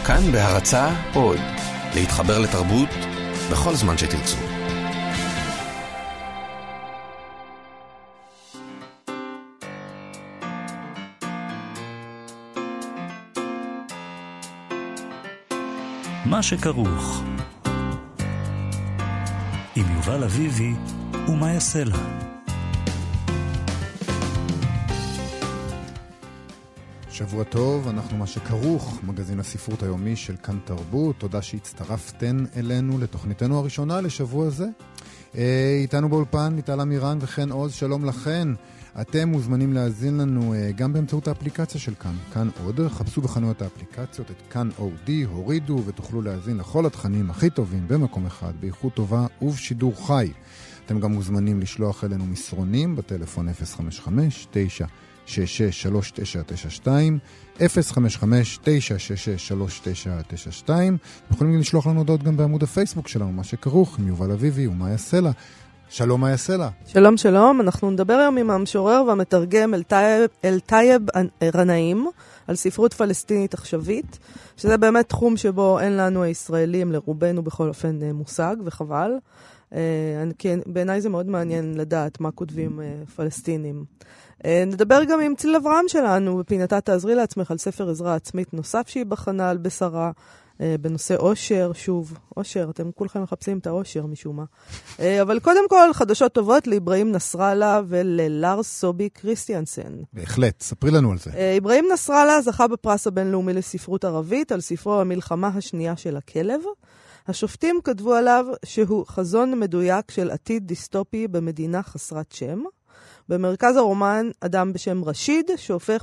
כאן בהרצאה עוד, להתחבר לתרבות בכל זמן שתרצו. מה שכרוך עם יובל אביבי ומה יעשה לה. שבוע טוב, אנחנו מה שכרוך, מגזין הספרות היומי של כאן תרבות. תודה שהצטרפתן אלינו לתוכניתנו הראשונה לשבוע זה. איתנו באולפן ליטל אמירן וכן עוז, שלום לכן. אתם מוזמנים להאזין לנו גם באמצעות האפליקציה של כאן, כאן עוד. חפשו בחנויות האפליקציות את כאן אודי, הורידו ותוכלו להאזין לכל התכנים הכי טובים במקום אחד, באיכות טובה ובשידור חי. אתם גם מוזמנים לשלוח אלינו מסרונים בטלפון 055-966-3992, 055-966-3992. יכולים גם לשלוח לנו הודעות גם בעמוד הפייסבוק שלנו, מה שכרוך, עם יובל אביבי ומה יעשה לה. שלום, מה יעשה לה? שלום, שלום. אנחנו נדבר היום עם המשורר והמתרגם אלטייב רנאים על ספרות פלסטינית עכשווית, שזה באמת תחום שבו אין לנו הישראלים, לרובנו בכל אופן מושג, וחבל. בעיניי זה מאוד מעניין לדעת מה כותבים פלסטינים. נדבר גם עם ציל אברהם שלנו, בפינתה תעזרי לעצמך, על ספר עזרה עצמית נוסף שהיא בחנה על בשרה, בנושא אושר, שוב, אושר, אתם כולכם מחפשים את האושר משום מה. אבל קודם כל, חדשות טובות לאיברהים נסראללה וללארס סובי קריסטיאנסן. בהחלט, ספרי לנו על זה. איברהים נסראללה זכה בפרס הבינלאומי לספרות ערבית על ספרו המלחמה השנייה של הכלב. השופטים כתבו עליו שהוא חזון מדויק של עתיד דיסטופי במדינה חסרת שם. במרכז הרומן אדם בשם רשיד, שהופך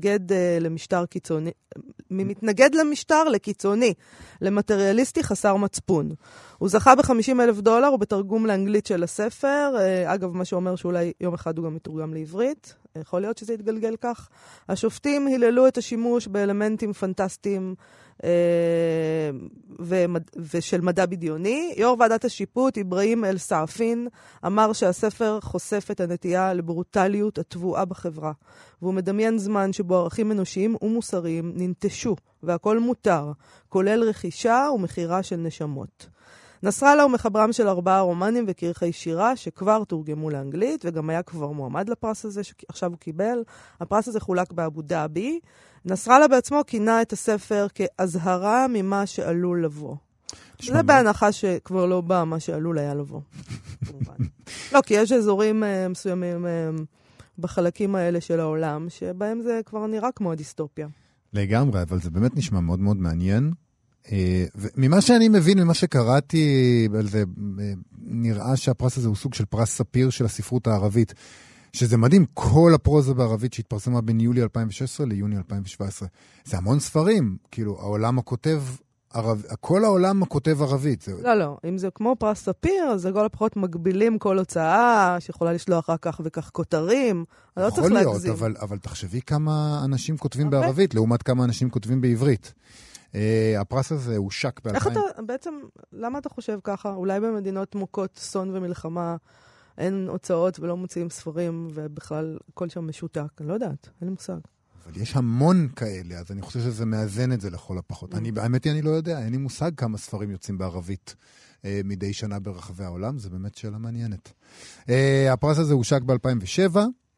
ממתנגד למשטר לקיצוני, למטריאליסטי חסר מצפון. הוא זכה $50,000 ובתרגום לאנגלית של הספר, אגב מה שאומר שאולי יום אחד הוא גם מתורגם לעברית, יכול להיות שזה יתגלגל כך. השופטים היללו את השימוש באלמנטים פנטסטיים ושל מדע בדיוני. יו"ר ועדת השיפוט, איברהים אל-סעפין, אמר שהספר חושף את הנטייה לברוטליות התבואה בחברה, והוא מדמיין זמן שבו ערכים אנושיים ומוסריים ננטשו, והכל מותר, כולל רכישה ומחירה של נשמות. נסראללה הוא מחברם של 4 רומנים וכרכי שירה שכבר תורגמו לאנגלית, וגם היה כבר מועמד לפרס הזה שעכשיו הוא קיבל. הפרס הזה חולק באבו דאבי. נסראללה בעצמו כינה את הספר כהזהרה ממה שעלול לבוא. זה בהנחה שכבר לא בא מה שעלול היה לבוא. לא, כי יש אזורים מסוימים בחלקים האלה של העולם, שבהם זה כבר נראה כמו הדיסטופיה. לגמרי, אבל זה באמת נשמע מאוד מאוד מעניין. וממה שאני מבין, ממה שקראתי על זה, נראה שהפרס הזה הוא סוג של פרס ספיר של הספרות הערבית, שזה מדהים, כל הפרוזה בערבית שהתפרסמה בין יולי 2016 ליוני 2017. זה המון ספרים, כאילו, העולם הכותב כל העולם כותב ערבית. לא, אם זה כמו פרס ספיר, אז זה כל הפחות מגבילים כל הוצאה, שיכולה לשלוח רק כך וכך כותרים, לא צריך להגזים. יכול להיות, אבל תחשבי כמה אנשים כותבים בערבית, לעומת כמה אנשים כותבים בעברית. הפרס הזה הוא שק ב-2000. איך אתה, בעצם, למה אתה חושב ככה? אולי במדינות מוכות סון ומלחמה אין הוצאות ולא מוציאים ספרים, ובכלל כל שם משותק. אני לא יודעת, אין לי מושג. אבל יש המון כאלה, אז אני חושב שזה מאזן את זה לכל הפחות. האמת היא, אני לא יודע, אין לי מושג כמה ספרים יוצאים בערבית מדי שנה ברחבי העולם, זה באמת שאלה מעניינת. הפרס הזה הושק ב-2007,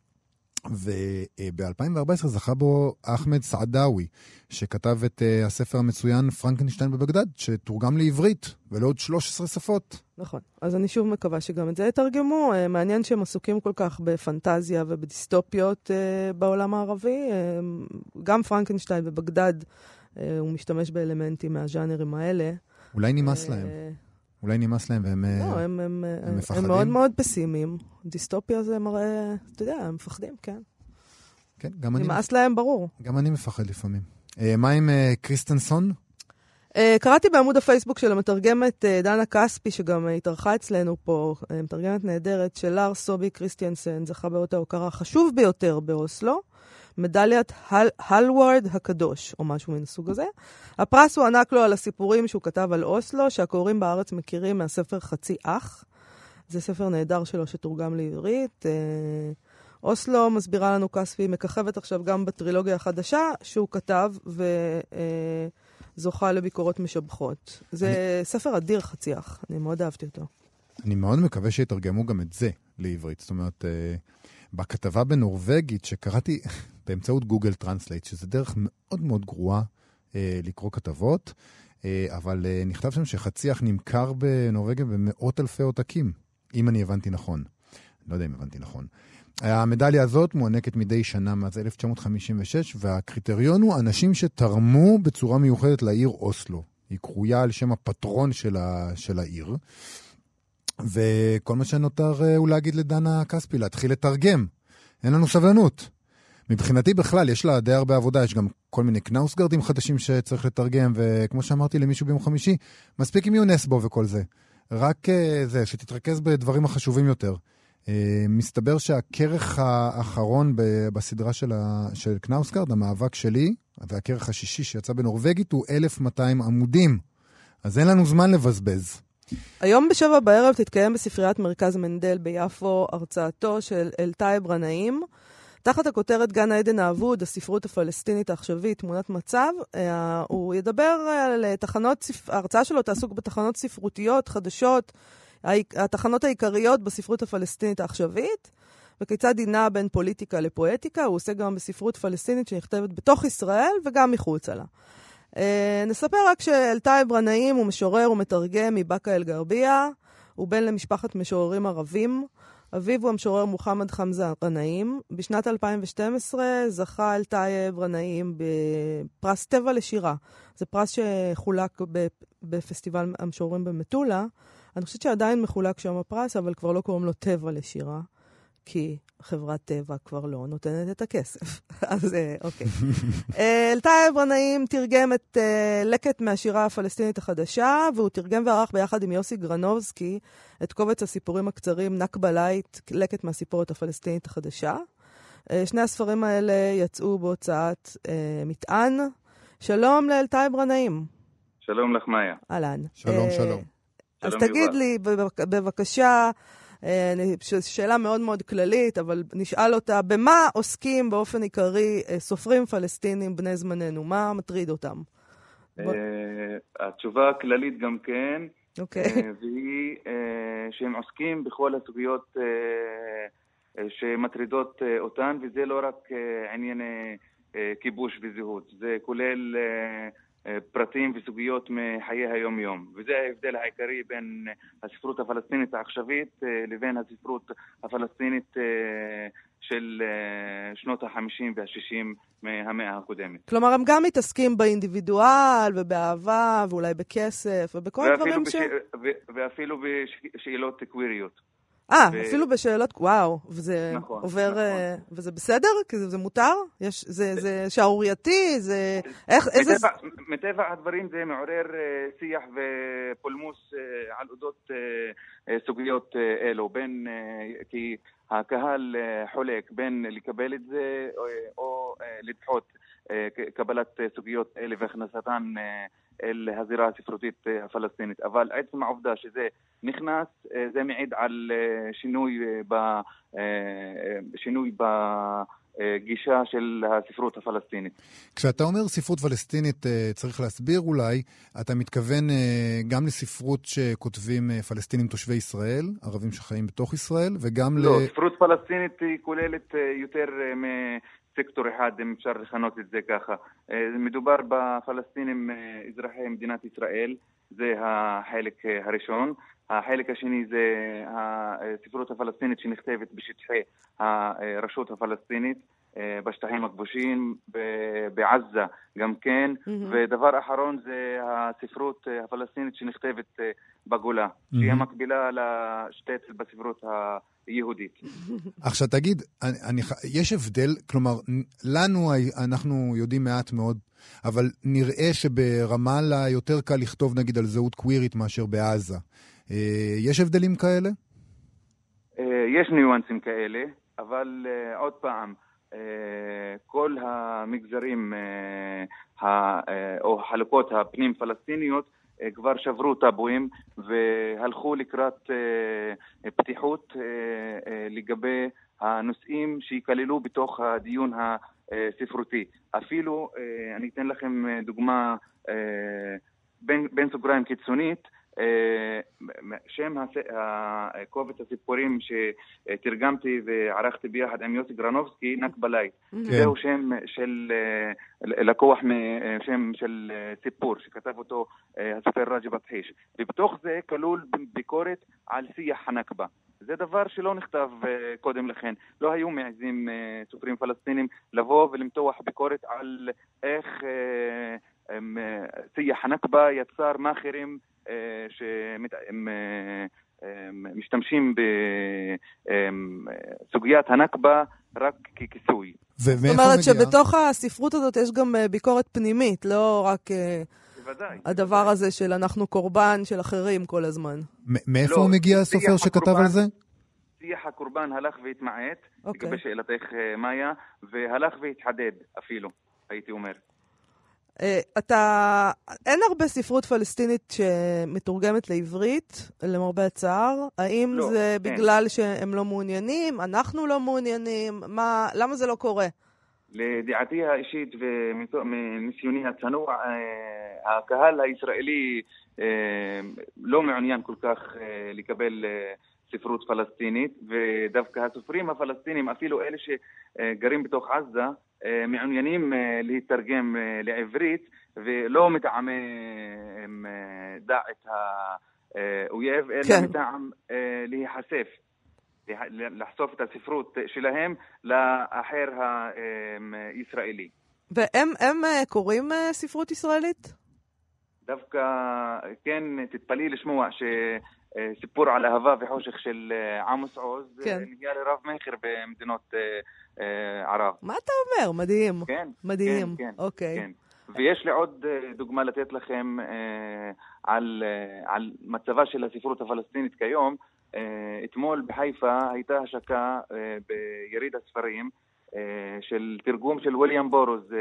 וב-2014 זכה בו אחמד סעדאווי, שכתב את הספר המצוין פרנקנשטיין בבגדד, שתורגם לעברית ולעוד 13 שפות. נכון, אז אני שוב מקווה שגם את זה יתרגמו. מעניין שהם עסוקים כל כך בפנטזיה ובדיסטופיות בעולם הערבי. גם פרנקנשטיין בבגדד, הוא משתמש באלמנטים מהז'אנרים האלה. אולי נמאס להם. אולי נמאס להם והם מפחדים. הם מאוד מאוד פסימיים. דיסטופיה זה מראה, אתה יודע, הם מפחדים, כן. כן, גם אני. נמאס להם, ברור. גם אני מפחד לפעמים. מה עם קריסטנסון? קראתי בעמוד הפייסבוק של המתרגמת דנה כספי, שגם התארחה אצלנו פה, מתרגמת נהדרת, של לארס סובי קריסטיאנסן, זכה באות ההוקרה החשוב ביותר באוסלו, מדליית הלוורד הקדוש, או משהו מן הסוג הזה. הפרס הוא ענק לו על הסיפורים שהוא כתב על אוסלו, שהקוראים בארץ מכירים מהספר חצי אח. זה ספר נהדר שלו שתורגם לעברית. אוסלו, מסבירה לנו כספי, מככבת עכשיו גם בטרילוגיה החדשה שהוא כתב, זוכה לביקורות משבחות. זה ספר אדיר חציח, אני מאוד אהבתי אותו. אני מאוד מקווה שיתרגמו גם את זה לעברית. זאת אומרת, בכתבה בנורווגית שקראתי באמצעות גוגל טרנסלייט, שזה דרך מאוד מאוד גרועה לקרוא כתבות, אבל נכתב שם שחציח נמכר בנורווגיה במאות אלפי עותקים, אם אני הבנתי נכון. לא יודע אם הבנתי נכון. המדליה הזאת מוענקת מדי שנה מאז 1956, והקריטריון הוא אנשים שתרמו בצורה מיוחדת לעיר אוסלו. היא קרויה על שם הפטרון של העיר. וכל מה שנותר הוא להגיד לדנה כספי, להתחיל לתרגם. אין לנו סבלנות. מבחינתי בכלל, יש לה די הרבה עבודה, יש גם כל מיני קנאוסגרדים חדשים שצריך לתרגם, וכמו שאמרתי למישהו ביום חמישי, מספיק עם יונסבו וכל זה. רק זה, שתתרכז בדברים החשובים יותר. מסתבר שהכרך האחרון בסדרה של קנאוסגרד, המאבק שלי, והכרך השישי שיצא בנורווגית, הוא 1200 עמודים. אז אין לנו זמן לבזבז. היום בשבע בערב תתקיים בספריית מרכז מנדל ביפו הרצאתו של אלתאי ברנאים, תחת הכותרת גן העדן האבוד, הספרות הפלסטינית העכשווית, תמונת מצב. הוא ידבר על ההרצאה שלו תעסוק בתחנות ספרותיות חדשות, התחנות העיקריות בספרות הפלסטינית העכשווית, וכיצד דינה בין פוליטיקה לפואטיקה. הוא עושה גם בספרות פלסטינית שנכתבת בתוך ישראל וגם מחוצה לה. נספר רק שאלתאי ברנאים הוא משורר ומתרגם מבאקה אל גרבייה, הוא בן למשפחת משוררים ערבים. אביו הוא המשורר מוחמד חמזה ברנאים. בשנת 2012 זכה אלתאי ברנאים בפרס טבע לשירה. זה פרס שחולק בפסטיבל המשוררים במטולה. אני חושבת שעדיין מחולק שם הפרס, אבל כבר לא קוראים לו טבע לשירה, כי חברת טבע כבר לא נותנת את הכסף. אז אוקיי. אלתאי ברנאים תרגם את לקט מהשירה הפלסטינית החדשה, והוא תרגם וערך ביחד עם יוסי גרנובסקי את קובץ הסיפורים הקצרים נקבה לייט, לקט מהסיפורת הפלסטינית החדשה. שני הספרים האלה יצאו בהוצאת מטען. שלום לאלתאי ברנאים. שלום לך מאיה. אהלן. שלום, שלום. אז תגיד לי בבקשה, שאלה מאוד מאוד כללית, אבל נשאל אותה, במה עוסקים באופן עיקרי סופרים פלסטינים בני זמננו? מה מטריד אותם? התשובה הכללית גם כן, אוקיי. והיא שהם עוסקים בכל הסוגיות שמטרידות אותן, וזה לא רק ענייני כיבוש וזהות, זה כולל פרטים וסוגיות מחיי היום-יום. וזה ההבדל העיקרי בין הספרות הפלסטינית העכשווית לבין הספרות הפלסטינית של שנות ה-50 וה-60 מהמאה הקודמת. כלומר, הם גם מתעסקים באינדיבידואל ובאהבה ואולי בכסף ובכל דברים ואפילו בשאלות קוויריות. אפילו בשאלות, וואו, וזה נכון, עובר, נכון. וזה בסדר? כי זה מותר? זה שערורייתי? זה... מטבע הדברים זה מעורר שיח ופולמוס על אודות סוגיות אלו, בין, כי הקהל חולק בין לקבל את זה או לדחות קבלת סוגיות אלה והכנסתן אל הזירה הספרותית הפלסטינית. אבל עצם העובדה שזה נכנס, זה מעיד על שינוי בגישה של הספרות הפלסטינית. כשאתה אומר ספרות פלסטינית, צריך להסביר אולי, אתה מתכוון גם לספרות שכותבים פלסטינים תושבי ישראל, ערבים שחיים בתוך ישראל, וגם לא, ספרות פלסטינית היא כוללת יותר סקטור אחד, אם אפשר לכנות את זה ככה. מדובר בפלסטינים אזרחי מדינת ישראל, זה החלק הראשון. החלק השני זה הספרות הפלסטינית שנכתבת בשטחי הרשות הפלסטינית, בשטחים הכבושים, בעזה גם כן. ודבר אחרון זה הספרות הפלסטינית שנכתבת בגולה, שהיא המקבילה לשטעטל בספרות יהודית. עכשיו תגיד, יש הבדל, כלומר, אנחנו יודעים מעט מאוד, אבל נראה שברמאללה יותר קל לכתוב נגיד על זהות קווירית מאשר בעזה. יש הבדלים כאלה? יש ניואנסים כאלה, אבל עוד פעם, כל המגזרים או חלוקות הפנים פלסטיניות כבר שברו טאבואים והלכו לקראת פתיחות לגבי הנושאים שייכללו בתוך הדיון הספרותי. אפילו, אני אתן לכם דוגמה בין סוגריים קיצונית, שם קובץ הסיפורים שתרגמתי וערכתי ביחד עם יוסי גרנובסקי, נכבה לייט. זהו שם של לקוח שם של סיפור שכתב אותו הסופר רג'י בטחיש, ובתוך זה כלול ביקורת על שיח הנכבה. זה דבר שלא נכתב קודם לכן. לא היו מעזים סופרים פלסטינים לבוא ולמתוח ביקורת על איך שיח הנכבה יצר מאחרים שמשתמשים בסוגיית הנכבה רק ככיסוי. זאת אומרת שבתוך הספרות הזאת יש גם ביקורת פנימית, לא רק הדבר הזה של אנחנו קורבן של אחרים כל הזמן. מאיפה הוא מגיע הסופר שכתב על זה? שיח הקורבן הלך והתמעט, לגבי שאלתך מאיה, והלך והתחדד אפילו, הייתי אומר. אין הרבה ספרות פלסטינית שמתורגמת לעברית, למרבה הצער. האם זה בגלל שהם לא מעוניינים? אנחנו לא מעוניינים? למה זה לא קורה? לדעתי האישית ומניסיוני הצנוע, הקהל הישראלי לא מעוניין כל כך לקבל ספרות פלסטינית, ודווקא הסופרים הפלסטינים, אפילו אלה שגרים בתוך עזה, מעוניינים להתרגם לעברית, ולא מטעמי דעת האויב, אלא מטעם להיחשף, לחשוף את הספרות שלהם לאחר הישראלי. והם קוראים ספרות ישראלית? דווקא כן, תתפלאי לשמוע סיפור על אהבה וחושך של עמוס עוז נגיע לרב מחר במדינות ערב. מה אתה אומר? מדהים. כן. מדהים. כן, אוקיי. כן. ויש לי עוד דוגמה לתת לכם על מצבה של הספרות הפלסטינית כיום. אתמול בחיפה הייתה השקה ביריד הספרים של תרגום של וויליאם בורוז,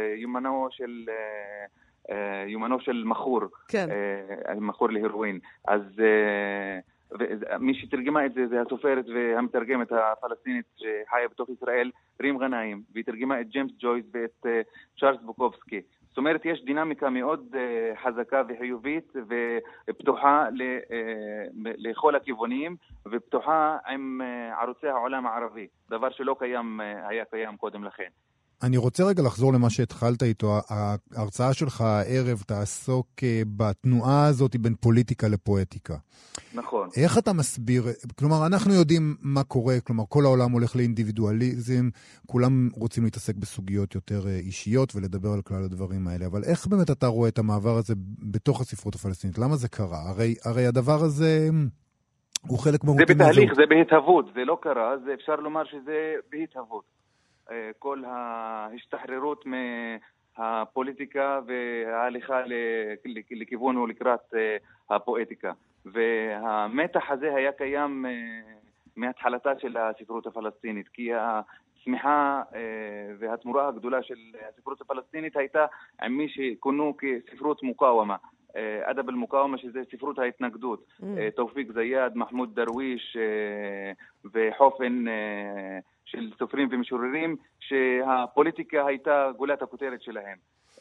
יומנו של מחור, מחור להירואין. אז מי שתרגמה את זה, זה הסופרת והמתרגמת הפלסטינית שחיה בתוך ישראל, רים גנאים, והיא תרגמה את ג'יימס ג'ויס ואת צ'ארלס בוקובסקי. זאת אומרת, יש דינמיקה מאוד חזקה וחיובית ופתוחה לכל הכיוונים, ופתוחה עם ערוצי העולם הערבי, דבר שלא היה קיים קודם לכן. אני רוצה רגע לחזור למה שהתחלת איתו. ההרצאה שלך הערב תעסוק בתנועה הזאת בין פוליטיקה לפואטיקה. נכון. איך אתה מסביר, כלומר, אנחנו יודעים מה קורה, כלומר, כל העולם הולך לאינדיבידואליזם, כולם רוצים להתעסק בסוגיות יותר אישיות ולדבר על כלל הדברים האלה, אבל איך באמת אתה רואה את המעבר הזה בתוך הספרות הפלסטינית? למה זה קרה? הרי הדבר הזה הוא חלק מהותי. זה בתהליך, זה בהתהוות, זה לא קרה, זה אפשר לומר שזה בהתהוות. כל ההשתחררות מהפוליטיקה וההליכה לכיוון ולקראת הפואטיקה. והמתח הזה היה קיים מהתחלתה של הספרות הפלסטינית, כי הצמיחה והתמורה הגדולה של הספרות הפלסטינית הייתה עם מי שכונו כספרות מוקאומה. אדב אל-מוקאומה, שזה ספרות ההתנגדות. תאופיק זיאד, מחמוד דרוויש וחופן של סופרים ומשוררים, שהפוליטיקה הייתה גולת הכותרת שלהם.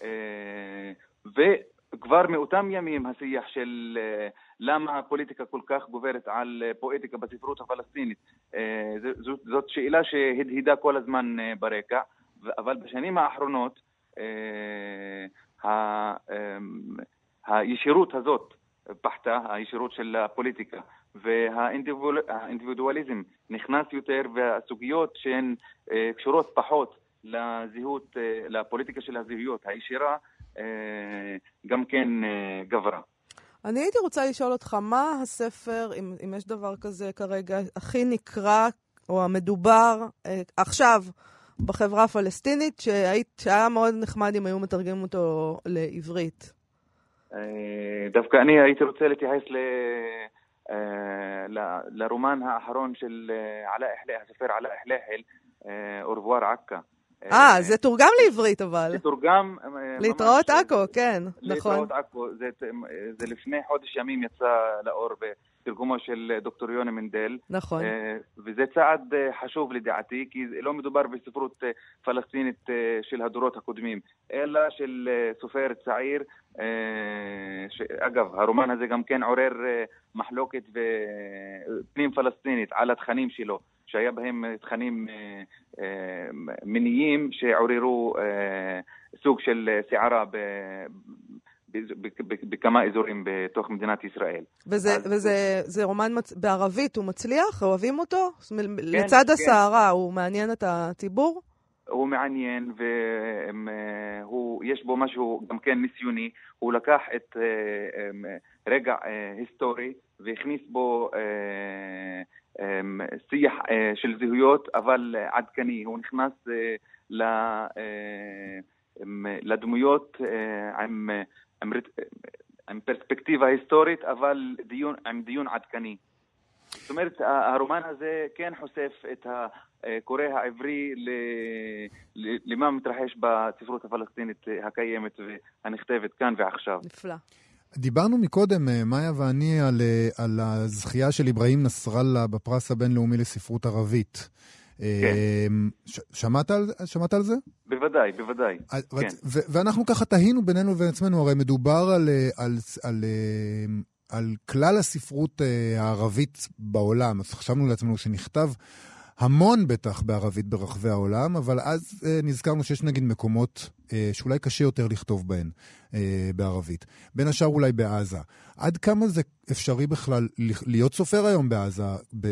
וכבר מאותם ימים השיח של למה הפוליטיקה כל כך גוברת על פואטיקה בספרות הפלסטינית, זאת שאלה שהדהידה כל הזמן ברקע, אבל בשנים האחרונות הישירות הזאת פחתה, הישירות של הפוליטיקה, והאינדיבידואליזם נכנס יותר, והסוגיות שהן קשורות פחות לזהות, לפוליטיקה של הזהויות הישירה, גם כן גברה. אני הייתי רוצה לשאול אותך, מה הספר, אם יש דבר כזה כרגע, הכי נקרא, או המדובר עכשיו בחברה הפלסטינית, שהיה מאוד נחמד אם היו מתרגמים אותו לעברית? דווקא אני הייתי רוצה להתייחס לרומן האחרון של הסופר עלא אחלחל, אורבואר עכא. זה תורגם לעברית אבל. זה תורגם. להתראות עכו, כן, נכון. להתראות עכו, זה לפני חודש ימים יצא לאור תרגומו של דוקטור יוני מנדל. נכון. וזה צעד חשוב לדעתי, כי לא מדובר בספרות פלסטינית של הדורות הקודמים, אלא של סופר צעיר, אגב, הרומן הזה גם כן עורר מחלוקת ופנים פלסטינית על התכנים שלו, שהיה בהם תכנים מיניים שעוררו סוג של סערה בכמה אזורים בתוך מדינת ישראל. וזה רומן בערבית, הוא מצליח? אוהבים אותו? לצד הסערה, הוא מעניין את הציבור? הוא מעניין, ויש בו משהו גם כן ניסיוני. הוא לקח את רגע היסטורי והכניס בו שיח של זהויות, אבל עדכני. הוא נכנס לדמויות עם פרספקטיבה היסטורית, אבל עם דיון עדכני. זאת אומרת, הרומן הזה כן חושף את הקורא העברי למה מתרחש בספרות הפלסטינית הקיימת והנכתבת כאן ועכשיו. נפלא. דיברנו מקודם, מאיה ואני, על הזכייה של אברהים נסראללה בפרס הבינלאומי לספרות ערבית. שמעת על זה? בוודאי. ואנחנו ככה תהינו בינינו ועצמנו, הרי מדובר על כלל הספרות הערבית בעולם. אז חשבנו לעצמנו שנכתב המון בטח בערבית ברחבי העולם, אבל אז נזכרנו שיש נגיד מקומות שאולי קשה יותר לכתוב בהן בערבית. בין השאר אולי בעזה. עד כמה זה אפשרי בכלל להיות סופר היום בעזה,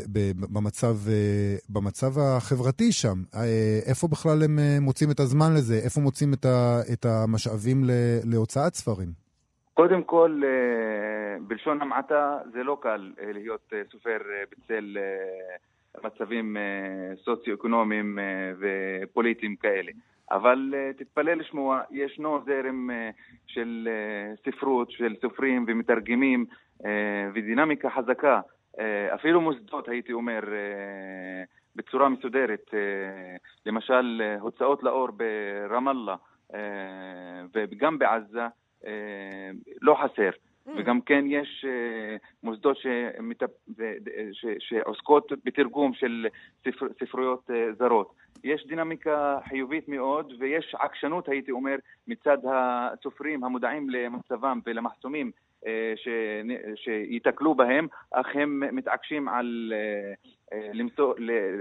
במצב החברתי שם? איפה בכלל הם מוצאים את הזמן לזה? איפה מוצאים את המשאבים להוצאת ספרים? קודם כל, בלשון המעטה, זה לא קל להיות סופר בצל מצבים סוציו-אקונומיים ופוליטיים כאלה. אבל תתפלא לשמוע, ישנו זרם של ספרות, של סופרים ומתרגמים ודינמיקה חזקה. אפילו מוסדות, הייתי אומר, בצורה מסודרת. למשל, הוצאות לאור ברמאללה וגם בעזה לא חסר. וגם כן יש מוסדות שעוסקות בתרגום של ספרויות זרות. יש דינמיקה חיובית מאוד, ויש עקשנות, הייתי אומר, מצד הסופרים המודעים למצבם ולמחסומים שיתקלו בהם, אך הם מתעקשים על למצוא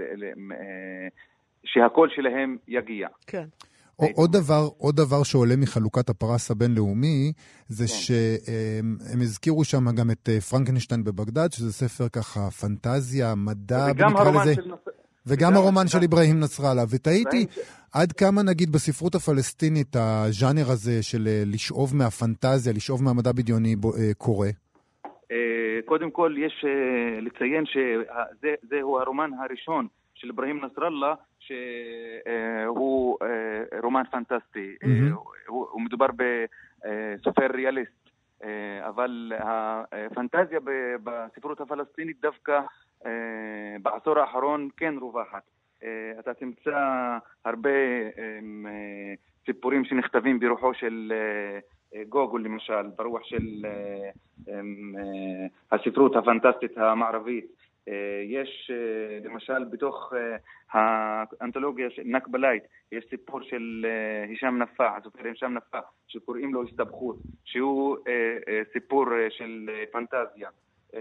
שהקול שלהם יגיע. כן. עוד דבר שעולה מחלוקת הפרס הבינלאומי, זה שהם הזכירו שם גם את פרנקנשטיין בבגדד, שזה ספר ככה פנטזיה, מדע, וגם הרומן של אברהים נסראללה. ותהיתי, עד כמה נגיד בספרות הפלסטינית הז'אנר הזה של לשאוב מהפנטזיה, לשאוב מהמדע בדיוני קורה? קודם כל יש לציין שזהו הרומן הראשון של אברהים נסראללה, שהוא רומן פנטסטי. הוא מדובר בסופר ריאליסט, אבל הפנטזיה בספרות הפלסטינית דווקא בעשור האחרון כן רווחת. אתה תמצא הרבה סיפורים שנכתבים ברוחו של גוגול למשל, ברוח של הספרות הפנטסטית המערבית. יש למשל בתוך האנתולוגיה של נקבלייט, יש סיפור של הישאם נפאע, הסופר הישאם נפאע, שקוראים לו הסתבכות, שהוא סיפור של פנטזיה.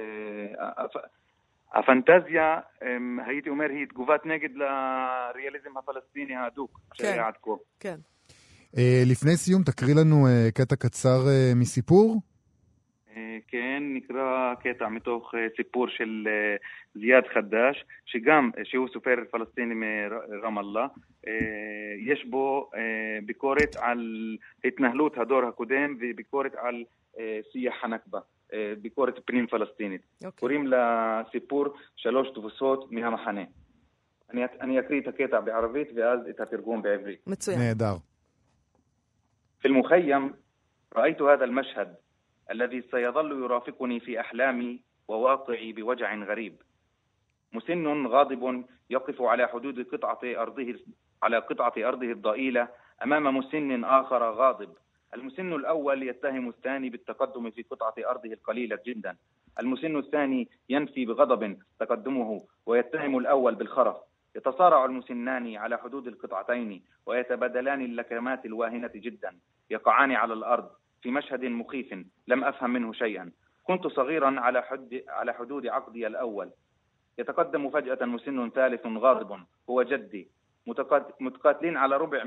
הפנטזיה, הייתי אומר, היא תגובת נגד לריאליזם הפלסטיני האדוק שהיה עד כה. כן. לפני סיום תקריא לנו קטע קצר מסיפור? כן, נקרא קטע מתוך סיפור של זיאד חדש, שהוא סופר פלסטיני מרמאללה. יש בו ביקורת על התנהלות הדור הקודם וביקורת על שיח הנכבה, ביקורת פנים פלסטינית. קוראים לסיפור 3 תבוסות מהמחנה. אני אקריא את הקטע בערבית ואז את התרגום בעברית. מצוין. נהדר. في المخيم رأيت هذا المشهد الذي سيظل يرافقني في أحلامي وواقعي بوجع غريب. مسن غاضب يقف على حدود قطعة أرضه الضئيلة أمام مسن آخر غاضب المسن الأول يتهم الثاني بالتقدم في قطعة أرضه القليلة جدا. المسن الثاني ينفي بغضب تقدمه ويتهم الأول بالخرف. يتصارع المسنان على حدود القطعتين ويتبادلان اللكمات الواهنة جدا. يقعان على الأرض في مشهد مخيف لم أفهم منه شيئا. كنت صغيرا على حدود عقدي الأول. يتقدم فجأة مسن ثالث غاضب هو جدي. متقاتلين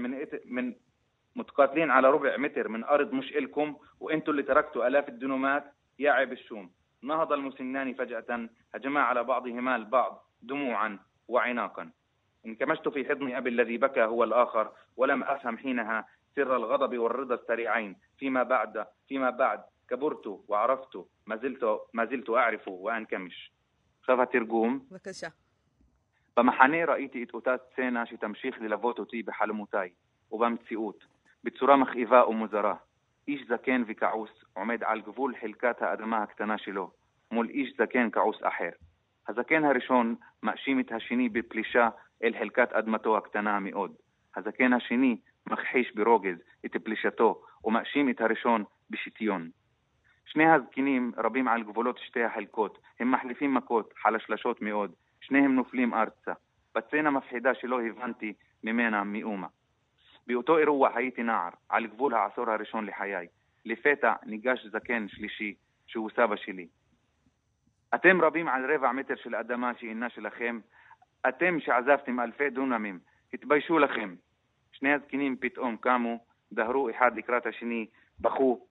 على ربع متر من أرض مش إلكم، وإنتوا اللي تركتوا آلاف الدنومات يا عيب الشوم. نهض المسنان فجأة هجما على بعضهما البعض دموعا وعناقا. انكمشت في حضن أبي الذي بكى هو الآخر، ولم أفهم حينها سر الغضب والرضا السريعين. فيما بعد كبرت وعرفت، ما زلت أعرف وأنكمش. שווה תרגום. בבקשה. במחנה ראיתי את אותה סצנה שתמשיך ללוות אותי בחלומותיי ובמציאות, בצורה מכאיבה ומוזרה. איש זקן וכעוס עומד על גבול חלקת האדמה הקטנה שלו, מול איש זקן כעוס אחר. הזקן הראשון מאשים את השני בפלישה אל חלקת אדמתו הקטנה מאוד. הזקן השני מכחיש ברוגז את פלישתו ומאשים את הראשון בשטיון. שני הזקנים רבים על גבולות שתי החלקות, הם מחליפים מכות חלשלשות מאוד, שניהם נופלים ארצה. בצנה מפחידה שלא הבנתי ממנה מאומה. באותו אירוע הייתי נער, על גבול העשור הראשון לחיי. לפתע ניגש זקן שלישי, שהוא סבא שלי. אתם רבים על רבע מטר של אדמה שאינה שלכם, אתם שעזבתם אלפי דונמים, התביישו לכם. שני הזקנים פתאום קמו, דהרו אחד לקראת השני, בכו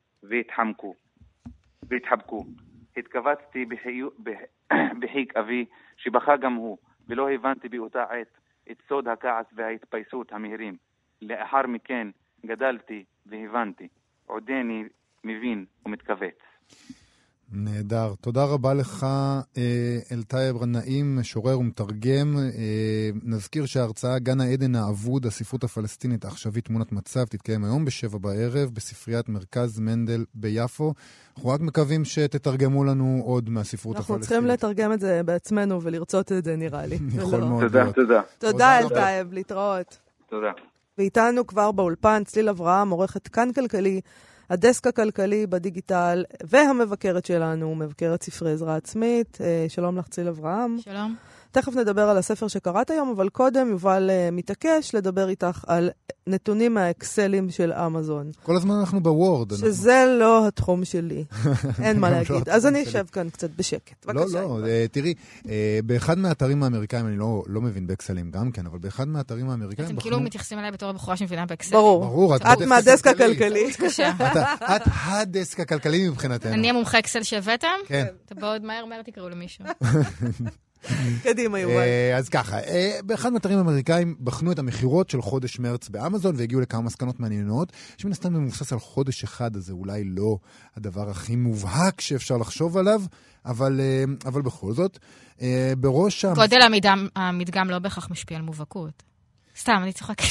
והתחבקו. התכווצתי בחיק אבי, שבכה גם הוא, ולא הבנתי באותה עת את סוד הכעס וההתפייסות המהירים. לאחר מכן גדלתי והבנתי, עודני מבין ומתכווץ. נהדר. תודה רבה לך, אלטייב רנאים, משורר ומתרגם. נזכיר שההרצאה גן העדן האבוד, הספרות הפלסטינית העכשווית תמונת מצב, תתקיים היום ב19:00 בספריית מרכז מנדל ביפו. אנחנו רק מקווים שתתרגמו לנו עוד מהספרות הפלסטינית. אנחנו צריכים לתרגם את זה בעצמנו ולרצות את זה, נראה לי. יכול מאוד להיות. תודה, אלטייב, להתראות. תודה. ואיתנו כבר באולפן צליל אברהם, עורכת כאן כלכלי, הדסק הכלכלי בדיגיטל, והמבקרת שלנו, מבקרת ספרי עזרה עצמית. שלום לך, צליל אברהם. שלום. תכף נדבר על הספר שקראת היום, אבל קודם יובל מתעקש לדבר איתך על נתונים מהאקסלים של אמזון. כל הזמן אנחנו בוורד. שזה לא התחום שלי. אין מה להגיד. אז אני אשב כאן קצת בשקט. לא, תראי, באחד מהאתרים האמריקאים, אני לא מבין באקסלים גם כן, אבל באחד מהאתרים האמריקאים... אתם כאילו מתייחסים אליי בתור הבחורה שמבינה באקסל. ברור. את מהדסק הכלכלי. את הדסק הכלכלי מבחינתנו. אני המומחה אקסל שהבאתם? כן. אתה בעוד מהר תקראו למישהו. קדימה, יובל. אז ככה, באחד מהאתרים האמריקאים בחנו את המחירות של חודש מרץ באמזון, והגיעו לכמה מסקנות מעניינות, שמן הסתם מבוסס על חודש אחד, אז זה אולי לא הדבר הכי מובהק שאפשר לחשוב עליו, אבל בכל זאת, בראש... גודל המדגם לא בהכרח משפיע על מובהקות. סתם, אני צוחקת.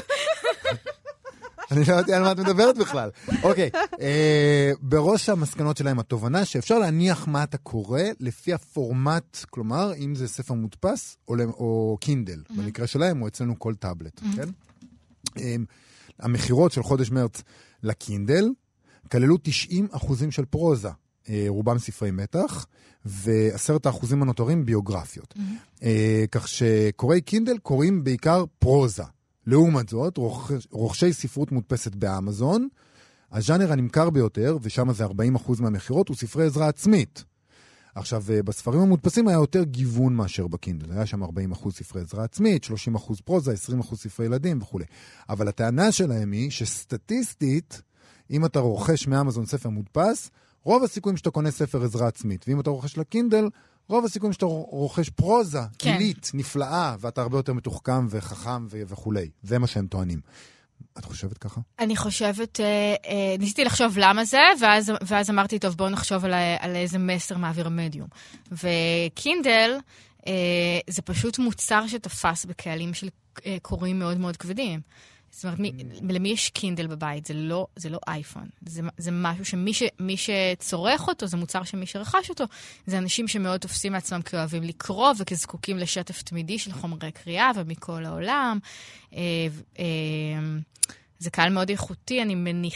אני לא יודעת על מה את מדברת בכלל. אוקיי, בראש המסקנות שלהם התובנה שאפשר להניח מה אתה קורא לפי הפורמט, כלומר, אם זה ספר מודפס או קינדל, במקרה שלהם, או אצלנו כל טאבלט, כן? המחירות של חודש מרץ לקינדל כללו 90% של פרוזה, רובם ספרי מתח, ו10% הנותרים ביוגרפיות. כך שקוראי קינדל קוראים בעיקר פרוזה. לעומת זאת, רוכשי ספרות מודפסת באמזון, הז'אנר הנמכר ביותר, ושם זה 40% מהמחירות, הוא ספרי עזרה עצמית. עכשיו, בספרים המודפסים היה יותר גיוון מאשר בקינדל. היה שם 40% ספרי עזרה עצמית, 30% פרוזה, 20% ספרי ילדים וכו'. אבל הטענה שלהם היא שסטטיסטית, אם אתה רוכש מאמזון ספר מודפס, רוב הסיכויים שאתה קונה ספר עזרה עצמית. ואם אתה רוכש לקינדל, רוב הסיכויים שאתה רוכש פרוזה, קילית, נפלאה, ואתה הרבה יותר מתוחכם וחכם וכו'. זה מה שהם טוענים. את חושבת ככה? אני חושבת, ניסיתי לחשוב למה זה, ואז אמרתי, טוב, בואו נחשוב על איזה מסר מעביר המדיום. וקינדל, זה פשוט מוצר שתפס בקהלים של קוראים מאוד מאוד כבדים. זאת אומרת, למי יש קינדל בבית? זה לא אייפון. זה משהו שמי שצורך אותו, זה מוצר שמי שרכש אותו. זה אנשים שמאוד תופסים לעצמם כאוהבים לקרוא, וכזקוקים לשטף תמידי של חומרי קריאה, ומכל העולם. זה קהל מאוד איכותי, אני מניחה.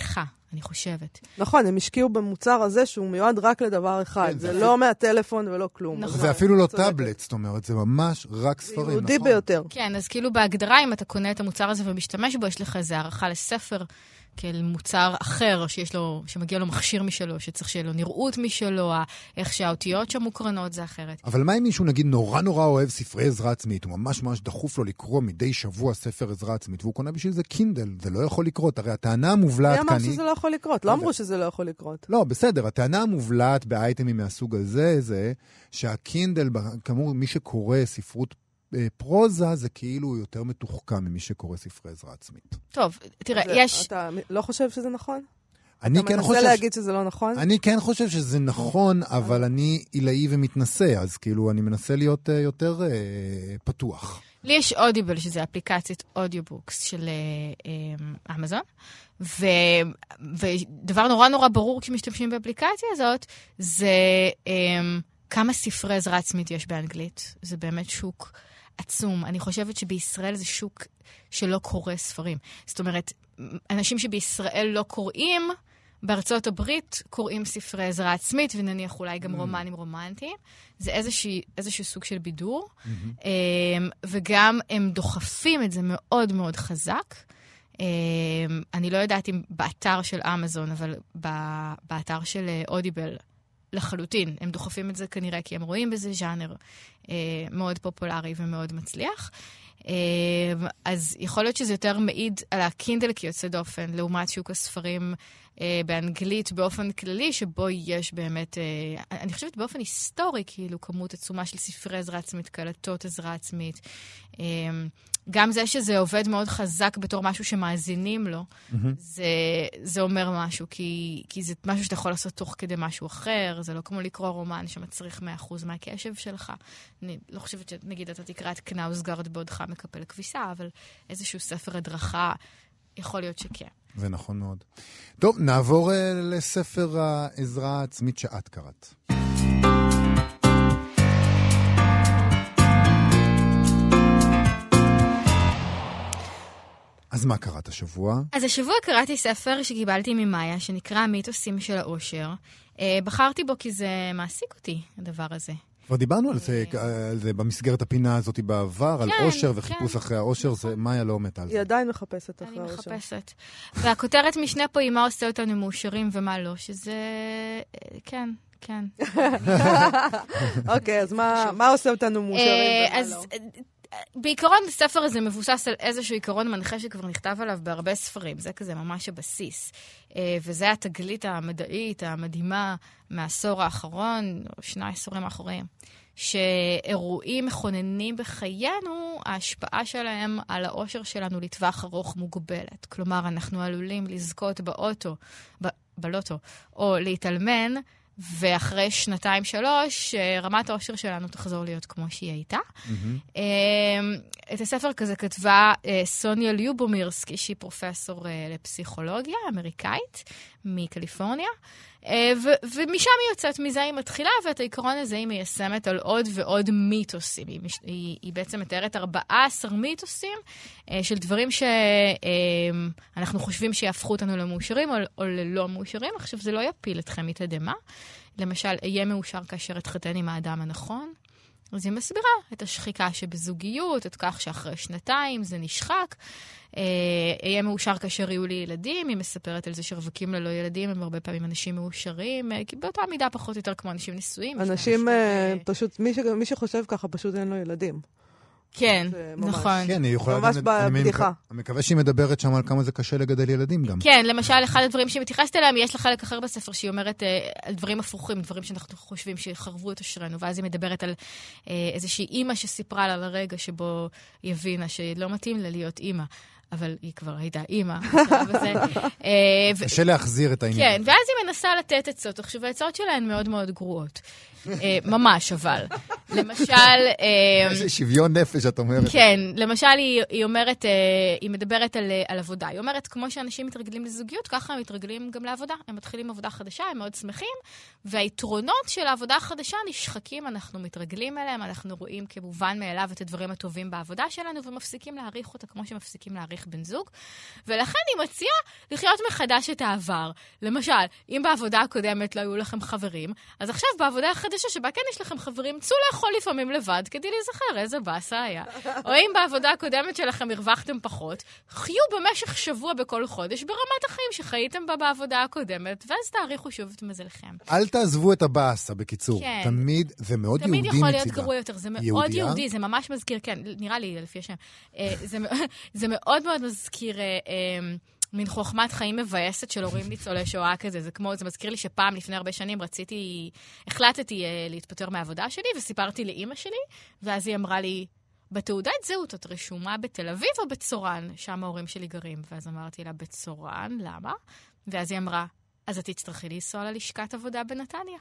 אני חושבת. נכון, הם השקיעו במוצר הזה שהוא מיועד רק לדבר אחד. זה לא מהטלפון ולא כלום. זה אפילו לא טאבלט, זאת אומרת, זה ממש רק ספרים, נכון? יהודי ביותר. כן, אז כאילו בהגדרה, אם אתה קונה את המוצר הזה ומשתמש בו, יש לך איזו הערכה לספר, כאל מוצר אחר שמגיע לו מכשיר משלו, שצריך שיהיה לו נראות משלו, איך שהאותיות שם מוקרנות, זה אחרת. אבל מה אם מישהו נגיד נורא אוהב ספרי עזרה עצמית, הוא ממש דחוף לו לקרוא מדי שבוע ספר עזרה עצמית, והוא קונה בשביל זה קינדל, זה לא יכול לקרות, הרי הטענה המובלעת כאן מי אמר שזה לא יכול לקרות? לא אמרו שזה לא יכול לקרות. לא, בסדר, הטענה המובלעת באייטמים מהסוג הזה, זה שהקינדל, כאמור, מי שקורא ספרות פרוזה זה כאילו יותר מתוחכם ממי שקורא ספרי עזרה עצמית. טוב, תראה, יש... אתה לא חושב שזה נכון? אני כן חושב... אתה מנסה להגיד שזה לא נכון? אני כן חושב שזה נכון, אבל אני עילאי ומתנסה, אז כאילו אני מנסה להיות יותר פתוח. לי יש אודיבל, שזה אפליקציית אודיובוקס של אמזון, ודבר נורא ברור כשמשתמשים באפליקציה הזאת, זה כמה ספרי עזרה עצמית יש באנגלית. זה באמת שוק עצום. אני חושבת שבישראל זה שוק שלא קורא ספרים. זאת אומרת, אנשים שבישראל לא קוראים, בארצות הברית קוראים ספרי עזרה עצמית, ונניח אולי גם רומנים רומנטיים. זה איזשהו סוג של בידור. וגם הם דוחפים את זה מאוד מאוד חזק. אני לא יודעת אם באתר של אמזון, אבל באתר של אודיבל, לחלוטין. הם דוחפים את זה כנראה כי הם רואים בזה ז'אנר מאוד פופולרי ומאוד מצליח. אז יכול להיות שזה יותר מעיד על הקינדל כיוצא דופן, לעומת שוק הספרים באנגלית באופן כללי, שבו יש באמת, אני חושבת באופן היסטורי, כאילו כמות עצומה של ספרי עזרה עצמית, קלטות עזרה עצמית. גם זה שזה עובד מאוד חזק בתור משהו שמאזינים לו, זה אומר משהו, כי זה משהו שאתה יכול לעשות תוך כדי משהו אחר, זה לא כמו לקרוא רומן שמצריך 100% מהקשב שלך. אני לא חושבת שנגיד אתה תקרא את קנאוסגרד בעודך מקפל כביסה, אבל איזשהו ספר הדרכה יכול להיות שכן. זה נכון מאוד. טוב, נעבור לספר העזרה העצמית שאת קראת. אז מה קראת השבוע? אז השבוע קראתי ספר שקיבלתי ממאיה, שנקרא המיתוסים של האושר. בחרתי בו כי זה מעסיק אותי, הדבר הזה. כבר דיברנו על זה במסגרת הפינה הזאת בעבר, על אושר וחיפוש אחרי האושר, מאיה לא מתה על זה. היא עדיין מחפשת אחרי האושר. האושר. אני מחפשת. והכותרת משנה פה היא מה עושה אותנו מאושרים ומה לא, שזה... כן. אוקיי, אז מה עושה אותנו מאושרים ומה לא? בעיקרון הספר הזה מבוסס על איזשהו עיקרון מנחה שכבר נכתב עליו בהרבה ספרים. זה כזה ממש הבסיס. וזה התגלית המדעית המדהימה מהעשור האחרון, או 2 עשורים האחוריים, שאירועים מכוננים בחיינו, ההשפעה שלהם על האושר שלנו לטווח ארוך מוגבלת. כלומר, אנחנו עלולים לזכות בלוטו, או להתאלמן, ואחרי 2-3, רמת האושר שלנו תחזור להיות כמו שהיא הייתה. את הספר כזה כתבה סוניה ליובומירסקי, שהיא פרופסור לפסיכולוגיה אמריקאית מקליפורניה, ומשם היא יוצאת, מזה היא מתחילה, ואת העיקרון הזה היא מיישמת על עוד ועוד מיתוסים. היא בעצם מתארת 14 מיתוסים של דברים שאנחנו חושבים שיהפכו אותנו למאושרים או ללא מאושרים. עכשיו, זה לא יפיל אתכם מתדמה. למשל, אהיה מאושר כאשר אתחתן עם האדם הנכון. אז היא מסבירה את השחיקה שבזוגיות, את כך שאחרי 2 זה נשחק. אהיה מאושר כאשר יהיו לי ילדים, היא מספרת על זה שרווקים ללא ילדים, הם הרבה פעמים אנשים מאושרים, כי באותה מידה פחות או יותר כמו אנשים נשואים. אנשים פשוט, מי שחושב ככה פשוט אין לו ילדים. כן, נכון. כן, היא יכולה... ממש בבדיחה. אני מקווה שהיא מדברת שם על כמה זה קשה לגדל ילדים גם. כן, למשל, אחד הדברים שהיא מתייחסת אליהם, יש לה חלק אחר בספר שהיא אומרת על דברים הפוכים, דברים שאנחנו חושבים שחרבו את אושרנו, ואז היא מדברת על איזושהי אימא שסיפרה לה על הרגע שבו היא הבינה שלא מתאים לה להיות אימא. אבל היא כבר הייתה אימא. קשה להחזיר את העניין. כן, ואז היא מנסה לתת עצות. עכשיו, העצות שלהן מאוד מאוד גרועות. ממש, אבל. למשל... איזה שוויון נפש, את אומרת. כן, למשל היא אומרת, היא מדברת על עבודה. היא אומרת, כמו שאנשים מתרגלים לזוגיות, ככה הם מתרגלים גם לעבודה. הם מתחילים עבודה חדשה, הם מאוד שמחים, והיתרונות של העבודה החדשה נשחקים, אנחנו מתרגלים אליהם, אנחנו רואים כמובן מאליו את הדברים הטובים בעבודה שלנו, ומפסיקים להעריך אותה כמו שמפסיקים להעריך בן זוג. ולכן היא מציעה לחיות מחדש את העבר. למשל, אם בעבודה הקודמת לא היו לכם חברים, אז עכשיו בעבודה החדשה שבה כן יש לכם חברים, צאו לאכול לפעמים לבד כדי להיזכר איזה באסה היה. או אם בעבודה הקודמת שלכם הרווחתם פחות, חיו במשך שבוע בכל חודש ברמת החיים שחייתם בה בעבודה הקודמת, ואז תעריכו שוב את מזלכם. אל תעזבו את הבאסה, בקיצור. כן. תמיד, זה מאוד יהודי מצידה. תמיד יכול להיות גרוע יותר, זה מאוד יהודי, זה ממש מזכיר, כן, נראה לי לפי השם. זה מאוד מאוד מזכיר... מין חוכמת חיים מבאסת של הורים ניצולי שואה כזה. זה מזכיר לי שפעם, לפני הרבה שנים, החלטתי להתפטר מהעבודה שלי, וסיפרתי לאמא שלי, ואז היא אמרה לי, בתעודת זהות את רשומה בתל אביב או בצורן, שם ההורים שלי גרים. ואז אמרתי לה, בצורן, למה? ואז היא אמרה, אז את תצטרכי לנסוע ללשכת עבודה בנתניה.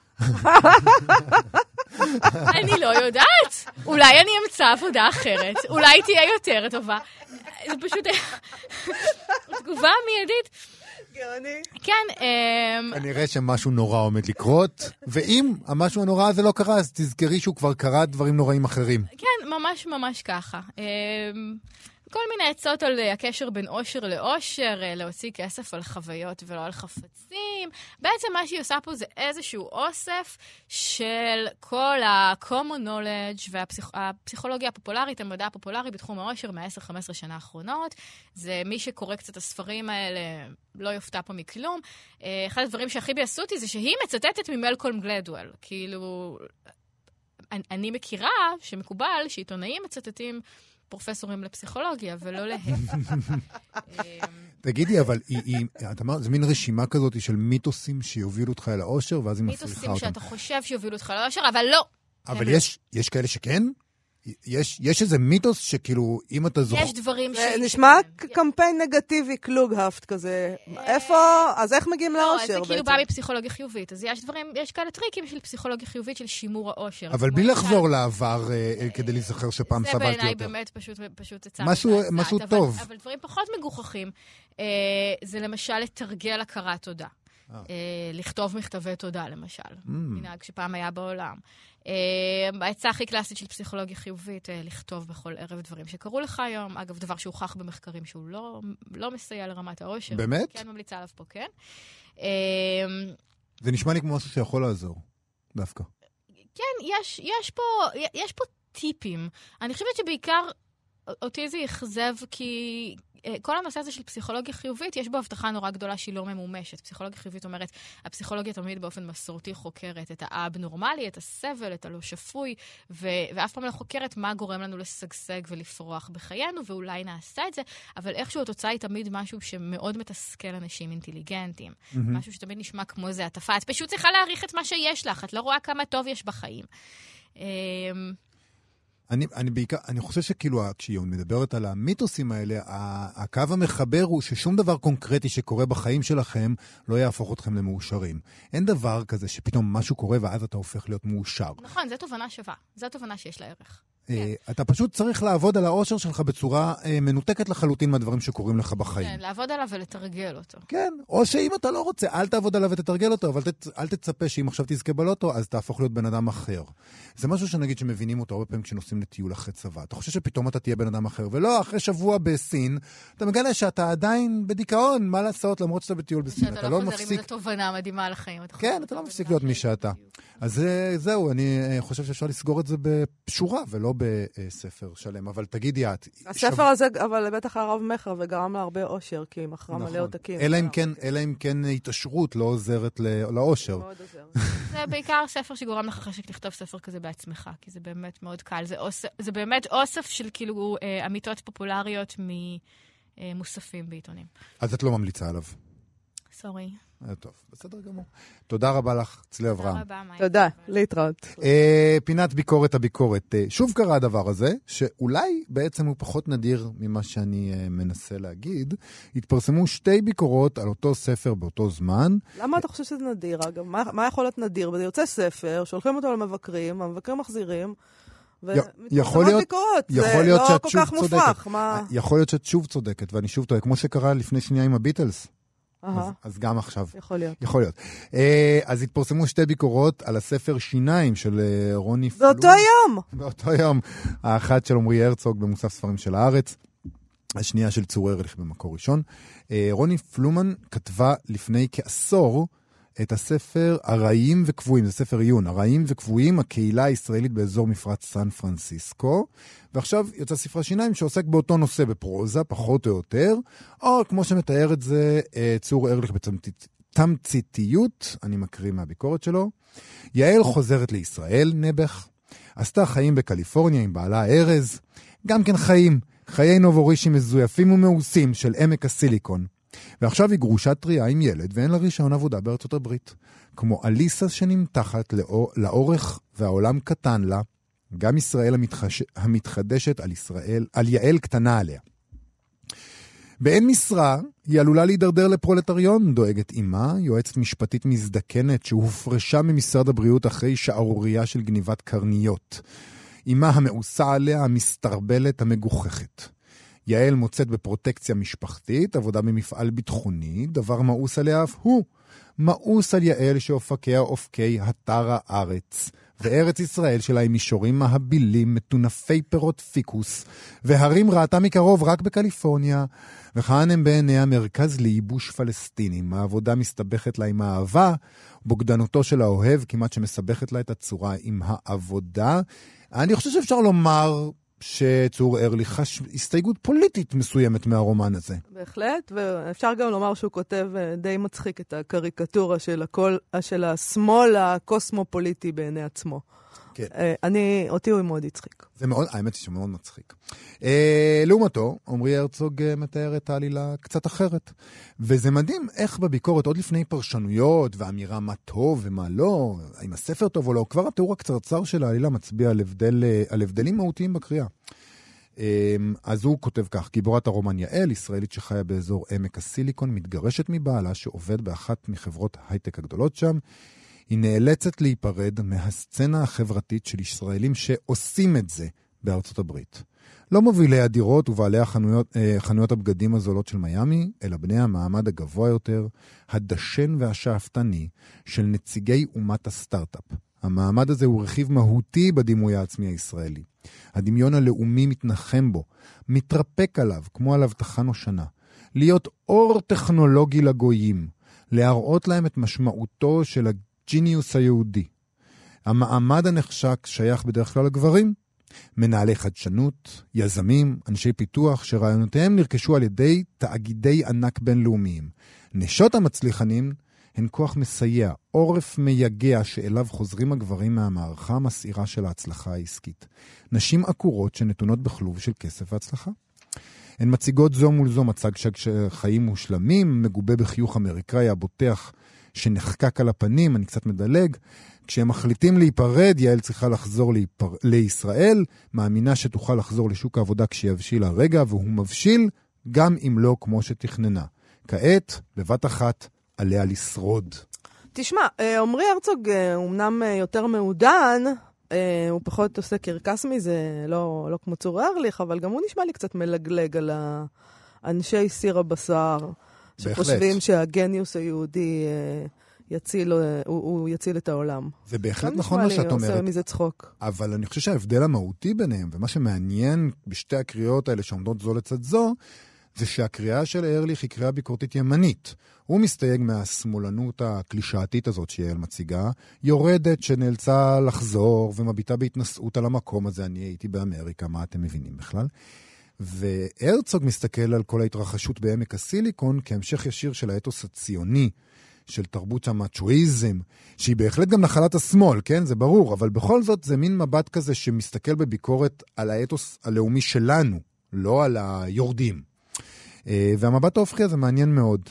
אני לא יודעת. אולי אני אמצא עבודה אחרת. אולי תהיה יותר טובה. זה פשוט תגובה מיידית. גאוני. כן. כנראה שמשהו נורא עומד לקרות, ואם המשהו הנורא הזה לא קרה, אז תזכרי שהוא כבר קרה דברים נוראים אחרים. כן, ממש ממש ככה. כל מיני עצות על הקשר בין אושר לאושר, להוציא כסף על חוויות ולא על חפצים. בעצם מה שהיא עושה פה זה איזשהו אוסף של כל ה-common knowledge והפסיכולוגיה הפופולרית, המדע הפופולרי בתחום האושר מ-10-15 שנה האחרונות. זה מי שקורא קצת הספרים האלה לא יופתע פה מכלום. אחד הדברים שהכי ביעשו אותי זה שהיא מצטטת ממלקולם גלדוול. כאילו, אני מכירה שמקובל שעיתונאים מצטטים פרופסורים לפסיכולוגיה, ולא להפך. תגידי, אבל את אמרת, זה מין רשימה כזאת של מיתוסים שיובילו אותך אל האושר, ואז היא מפריחה אותם. מיתוסים שאתה חושב שיובילו אותך אל האושר, אבל לא. אבל יש כאלה שכן? יש איזה מיתוס שכאילו, אם אתה זוכר... יש דברים נשמע קמפיין נגטיבי קלוגהפט כזה. איפה? אז איך מגיעים לאושר בעצם? לא, זה כאילו בא מפסיכולוגיה חיובית. אז יש דברים, יש כאלה טריקים של פסיכולוגיה חיובית של שימור האושר. אבל בלי לחזור לעבר כדי להיזכר שפעם סבלתי יותר. זה בעיניי באמת פשוט הצעה. משהו טוב. אבל דברים פחות מגוחכים. זה למשל לתרגל הכרת תודה. לכתוב מכתבי תודה, למשל. מנהג שפעם היה בעולם. העצה הכי קלאסית של פסיכולוגיה חיובית, לכתוב בכל ערב דברים שקרו לך היום. אגב, דבר שהוכח במחקרים שהוא לא מסייע לרמת האושר. באמת? כן, ממליצה עליו פה, כן. זה נשמע לי כמו משהו שיכול לעזור, דווקא. כן, יש פה טיפים. אני חושבת שבעיקר אותי זה יחזב כי... כל הנושא הזה של פסיכולוגיה חיובית, יש בו הבטחה נורא גדולה שהיא לא ממומשת. פסיכולוגיה חיובית אומרת, הפסיכולוגיה תמיד באופן מסורתי חוקרת את האב-נורמלי, את הסבל, את הלא שפוי, ואף פעם לא חוקרת מה גורם לנו לשגשג ולפרוח בחיינו, ואולי נעשה את זה, אבל איכשהו התוצאה היא תמיד משהו שמאוד מתסכל אנשים אינטליגנטים. משהו שתמיד נשמע כמו זה הטפה. את פשוט צריכה להעריך את מה שיש לך, את לא רואה כמה טוב יש בחיים. אני חושב שכאילו, כשהיא מדברת על המיתוסים האלה, הקו המחבר הוא ששום דבר קונקרטי שקורה בחיים שלכם לא יהפוך אתכם למאושרים. אין דבר כזה שפתאום משהו קורה ואז אתה הופך להיות מאושר. נכון, זו תובנה שווה. זו תובנה שיש לה ערך. אתה פשוט צריך לעבוד על האושר שלך בצורה מנותקת לחלוטין מהדברים שקורים לך בחיים. כן, לעבוד עליו ולתרגל אותו. כן, או שאם אתה לא רוצה, אל תעבוד עליו ותתרגל אותו, אבל אל תצפה שאם עכשיו תזכה בלוטו, אז תהפוך להיות בן אדם אחר. זה משהו שנגיד שמבינים אותו הרבה פעמים כשנוסעים לטיול אחרי צבא. אתה חושב שפתאום אתה תהיה בן אדם אחר, ולא, אחרי שבוע בסין, אתה מגלה שאתה עדיין בדיכאון, מה לעשות, למרות שאתה בטיול בסין. אתה לא מפסיק... עם תובנה מדהימה על החיים. כן, אתה לא מפסיק להיות מי שאתה. אז זהו, אני חושב שאפשר לסגור את זה בשורה ולא בספר שלם, אבל תגידי את. הספר הזה, אבל בטח הרב מחר וגרם לה הרבה אושר, כי היא מכרה מלא עותקים. אלא אם כן התעשרות לא עוזרת לאושר. מאוד עוזר. זה בעיקר ספר שגורם לך חשק לכתוב ספר כזה בעצמך, כי זה באמת מאוד קל. זה באמת אוסף של כאילו אמיתות פופולריות ממוספים בעיתונים. אז את לא ממליצה עליו. סורי. טוב, בסדר גמור. תודה רבה לך, צלי אברהם. תודה רבה, מאיה. תודה, להתראות. פינת ביקורת הביקורת. שוב קרה הדבר הזה, שאולי בעצם הוא פחות נדיר ממה שאני מנסה להגיד. התפרסמו 2 ביקורות על אותו ספר באותו זמן. למה אתה חושב שזה נדיר, אגב? מה יכול להיות נדיר? וזה יוצא ספר, שולחים אותו למבקרים, המבקרים מחזירים, יכול להיות, ביקורות. יכול זה להיות לא שאת כל שוב כך מופרך. יכול להיות שאת שוב צודקת, ואני שוב טועה, כמו שקרה לפני שנייה עם הביטלס. אז גם עכשיו. יכול להיות. יכול להיות. אז התפרסמו 2 ביקורות על הספר שיניים של רוני פלומן. באותו יום. באותו יום. האחת של עמרי הרצוג במוסף ספרים של הארץ, השנייה של צור ארליך במקור ראשון. רוני פלומן כתבה לפני כעשור את הספר הרעים וקבועים, זה ספר עיון, הרעים וקבועים, הקהילה הישראלית באזור מפרץ סן פרנסיסקו, ועכשיו יוצא ספר שיניים שעוסק באותו נושא בפרוזה, פחות או יותר, או כמו שמתאר את זה צור ארליך בתמציתיות, אני מקריא מהביקורת שלו. יעל חוזרת לישראל, נבח, עשתה חיים בקליפורניה עם בעלה ארז, גם כן חיי נובורישים מזויפים ומאוסים של עמק הסיליקון. ועכשיו היא גרושה טריה עם ילד, ואין לה רישיון עבודה בארצות הברית. כמו אליסה שנמתחת לאורך והעולם קטן לה, גם ישראל המתחדשת על יעל קטנה עליה. באין משרה, היא עלולה להידרדר לפרולטריון, דואגת אימה, יועצת משפטית מזדקנת שהופרשה ממשרד הבריאות אחרי שערוריה של גניבת קרניות. אימה המאוסה עליה, המסתרבלת, המגוחכת. יעל מוצאת בפרוטקציה משפחתית, עבודה במפעל ביטחוני, דבר מאוס עליה אף הוא. מאוס על יעל שאופקיה אופקי התר הארץ. וארץ ישראל שלה עם מישורים מהבילים, מתונפי פירות פיקוס, והרים ראתה מקרוב רק בקליפורניה, וכאן הם בעיניה מרכז לייבוש פלסטינים. העבודה מסתבכת לה עם האהבה, בוגדנותו של האוהב כמעט שמסבכת לה את הצורה עם העבודה. אני חושב שאפשר לומר שצור ארליך חש הסתייגות פוליטית מסוימת מהרומן הזה. בהחלט, ואפשר גם לומר שהוא כותב די מצחיק את הקריקטורה של השמאל הקוסמופוליטי בעיני עצמו. כן. אותי הוא מאוד הצחיק. זה מאוד, האמת היא שמאוד מצחיק. לעומתו, עמרי הרצוג מתאר את העלילה קצת אחרת. וזה מדהים איך בביקורת, עוד לפני פרשנויות ואמירה מה טוב ומה לא, אם הספר טוב או לא, כבר התיאור הקצרצר של העלילה מצביע על הבדלים מהותיים בקריאה. אז הוא כותב כך: גיבורת הרומן יעל, ישראלית שחיה באזור עמק הסיליקון, מתגרשת מבעלה שעובד באחת מחברות הייטק הגדולות שם. היא נאלצת להיפרד מהסצנה החברתית של ישראלים שעושים את זה בארצות הברית. לא מובילי הדירות ובעלי חנויות הבגדים הזולות של מיאמי, אלא בני המעמד הגבוה יותר, הדשן והשאפתני של נציגי אומת הסטארט-אפ. המעמד הזה הוא רכיב מהותי בדימוי העצמי הישראלי. הדמיון הלאומי מתנחם בו, מתרפק עליו כמו על הבטחה נושנה. להיות אור טכנולוגי לגויים, להראות להם את משמעותו של הג'יניוס היהודי. המעמד הנחשק שייך בדרך כלל לגברים, מנהלי חדשנות, יזמים, אנשי פיתוח שרעיונותיהם נרכשו על ידי תאגידי ענק בינלאומיים. נשות המצליחנים הן כוח מסייע, עורף מייגע שאליו חוזרים הגברים מהמערכה המסעירה של ההצלחה העסקית. נשים עקורות שנתונות בכלוב של כסף והצלחה. הן מציגות זו מול זו מצג של חיים מושלמים, מגובה בחיוך אמריקאי הבוטח שנחקק על הפנים, אני קצת מדלג. כשהם מחליטים להיפרד, יעל צריכה לחזור לישראל, מאמינה שתוכל לחזור לשוק העבודה כשיבשיל הרגע, והוא מבשיל גם אם לא כמו שתכננה. כעת, בבת אחת, עליה לשרוד. תשמע, עמרי הרצוג אומנם יותר מעודן, הוא פחות עושה קרקס מזה, לא כמו צור ארליך, אבל גם הוא נשמע לי קצת מלגלג על אנשי סיר הבשר, שחושבים שהגניוס היהודי הוא יציל את העולם. זה בהחלט נכון מה שאת אומרת. עושה מזה צחוק. אבל אני חושב שההבדל המהותי ביניהם, ומה שמעניין בשתי הקריאות האלה שעומדות זו לצד זו, זה שהקריאה של ארליך היא קריאה ביקורתית ימנית. הוא מסתייג מהשמאלנות הקלישאתית הזאת שיעל מציגה, יורדת שנאלצה לחזור ומביטה בהתנשאות על המקום הזה, אני הייתי באמריקה, מה אתם מבינים בכלל? והרצוג מסתכל על כל ההתרחשות בעמק הסיליקון כהמשך ישיר של האתוס הציוני, של תרבות המאצ'ואיזם, שהיא בהחלט גם נחלת השמאל, כן? זה ברור, אבל בכל זאת זה מין מבט כזה שמסתכל בביקורת על האתוס הלאומי שלנו, לא על היורדים. והמבט ההופכי הזה מעניין מאוד.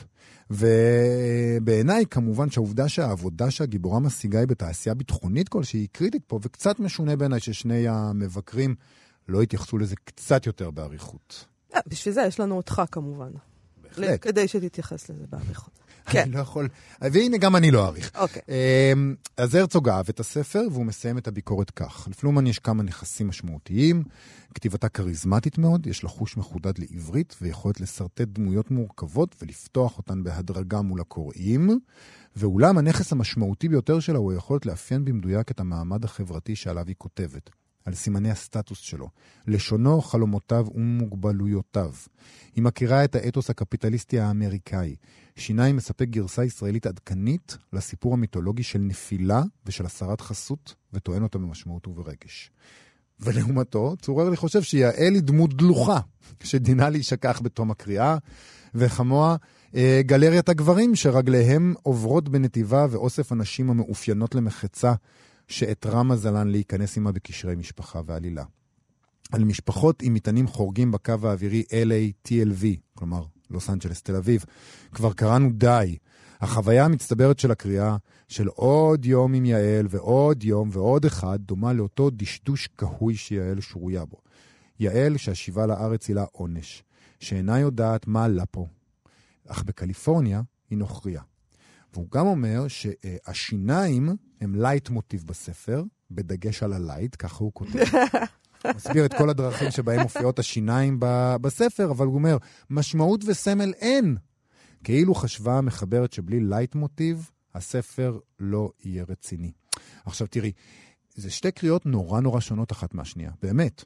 ובעיניי כמובן שהעבודה שהגיבורה משיגה היא בתעשייה ביטחונית כלשהי היא קריטית פה, וקצת משונה בעיניי ששני המבקרים לא התייחסו לזה קצת יותר בעריכות. בשביל זה יש לנו אותך כמובן. בהחלט. כדי שתתייחס לזה בעריכות. אני לא יכול, והנה גם אני לא אעריך. אוקיי. אז הרצוג אהב את הספר, והוא מסיים את הביקורת כך. לפלומן יש כמה נכסים משמעותיים, כתיבתה כריזמטית מאוד, יש לה חוש מחודד לעברית, ויכולת לסרטט דמויות מורכבות, ולפתוח אותן בהדרגה מול הקוראים, ואולם הנכס המשמעותי ביותר שלה הוא היכולת לאפיין במדויק את המעמד החברתי שעליו היא כותבת. על סימני הסטטוס שלו, לשונו, חלומותיו ומוגבלויותיו. היא מכירה את האתוס הקפיטליסטי האמריקאי. שיניים מספק גרסה ישראלית עדכנית לסיפור המיתולוגי של נפילה ושל הסרת חסות, וטוען אותה במשמעות וברגש. ולעומתו, צורר חושב שיעל היא דמות דלוחה, שדינה להישכח בתום הקריאה, וכמוה גלריית הגברים שרגליהם עוברות בנתיבה ואוסף אנשים המאופיינות למחצה, שאתרה מזלן להיכנס עמה בקשרי משפחה ועלילה. על משפחות עם מטענים חורגים בקו האווירי LA-TLV, כלומר לוס אנג'לס תל אביב, כבר קראנו די. החוויה המצטברת של הקריאה של עוד יום עם יעל ועוד יום ועוד אחד דומה לאותו דשדוש כהוי שיעל שרויה בו. יעל שהשיבה לארץ היא לה עונש, שאינה יודעת מה עלה פה. אך בקליפורניה היא נוכריה. והוא גם אומר שהשיניים הם לייט מוטיב בספר, בדגש על הלייט, ככה הוא כותב. הוא מסביר את כל הדרכים שבהם מופיעות השיניים בספר, אבל הוא אומר, משמעות וסמל אין. כאילו חשבה המחברת שבלי לייט מוטיב, הספר לא יהיה רציני. עכשיו תראי, זה שתי קריאות נורא נורא שונות אחת מהשנייה, באמת.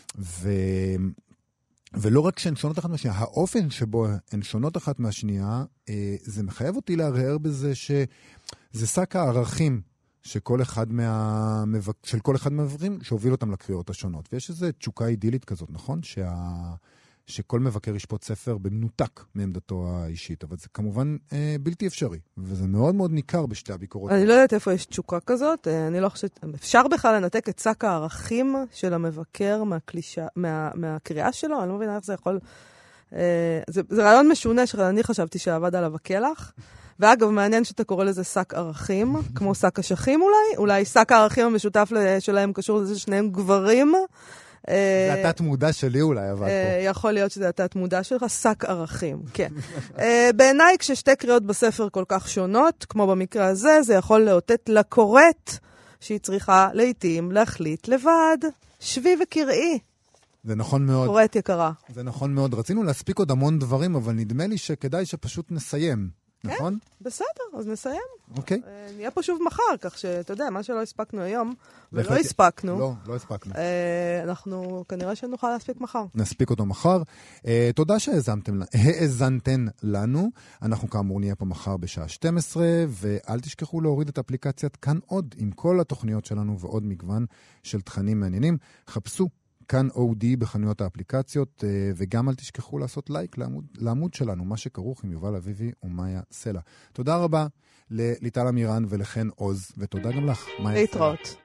ולא רק שהן שונות אחת מהשנייה, האופן שבו הן שונות אחת מהשנייה, זה מחייב אותי להרהר בזה שזה שק הערכים של כל אחד מהמבקרים שהוביל אותם לקריאות השונות. ויש איזו תשוקה אידילית כזאת, נכון? שכל מבקר ישפוט ספר במנותק מעמדתו האישית, אבל זה כמובן בלתי אפשרי, וזה מאוד מאוד ניכר בשתי הביקורות. אני לא יודעת איפה יש תשוקה כזאת, אני לא חושבת, אפשר בכלל לנתק את שק הערכים של המבקר מהקריאה שלו, אני לא מבינה איך זה יכול, זה רעיון משונה שאני חשבתי שעבד עליו הכלח, ואגב, מעניין שאתה קורא לזה שק ערכים, כמו שק אשכים אולי שק הערכים המשותף שלהם קשור לזה ששניהם גברים, זה התת מודע שלי אולי עבד פה. יכול להיות שזה התת מודע שלך, שק ערכים, כן. בעיניי, כששתי קריאות בספר כל כך שונות, כמו במקרה הזה, זה יכול לאותת לקוראת שהיא צריכה לעתים להחליט לבד. שבי וקראי. זה נכון מאוד. קוראת יקרה. זה נכון מאוד. רצינו להספיק עוד המון דברים, אבל נדמה לי שכדאי שפשוט נסיים. נכון? בסדר, אז נסיים. אוקיי. נהיה פה שוב מחר, כך שאתה יודע, מה שלא הספקנו היום, ולא הספקנו. לא הספקנו. אנחנו כנראה שנוכל להספיק מחר. נספיק אותו מחר. תודה שהאזנתן לנו. אנחנו כאמור נהיה פה מחר בשעה 12, ואל תשכחו להוריד את אפליקציית כאן עוד, עם כל התוכניות שלנו ועוד מגוון של תכנים מעניינים. חפשו כאן אודי בחנויות האפליקציות, וגם אל תשכחו לעשות לייק לעמוד שלנו, מה שכרוך עם יובל אביבי ומאיה סלע. תודה רבה לליטל אמירן ולכן עוז, ותודה גם לך, מאיה סלע. להתראות.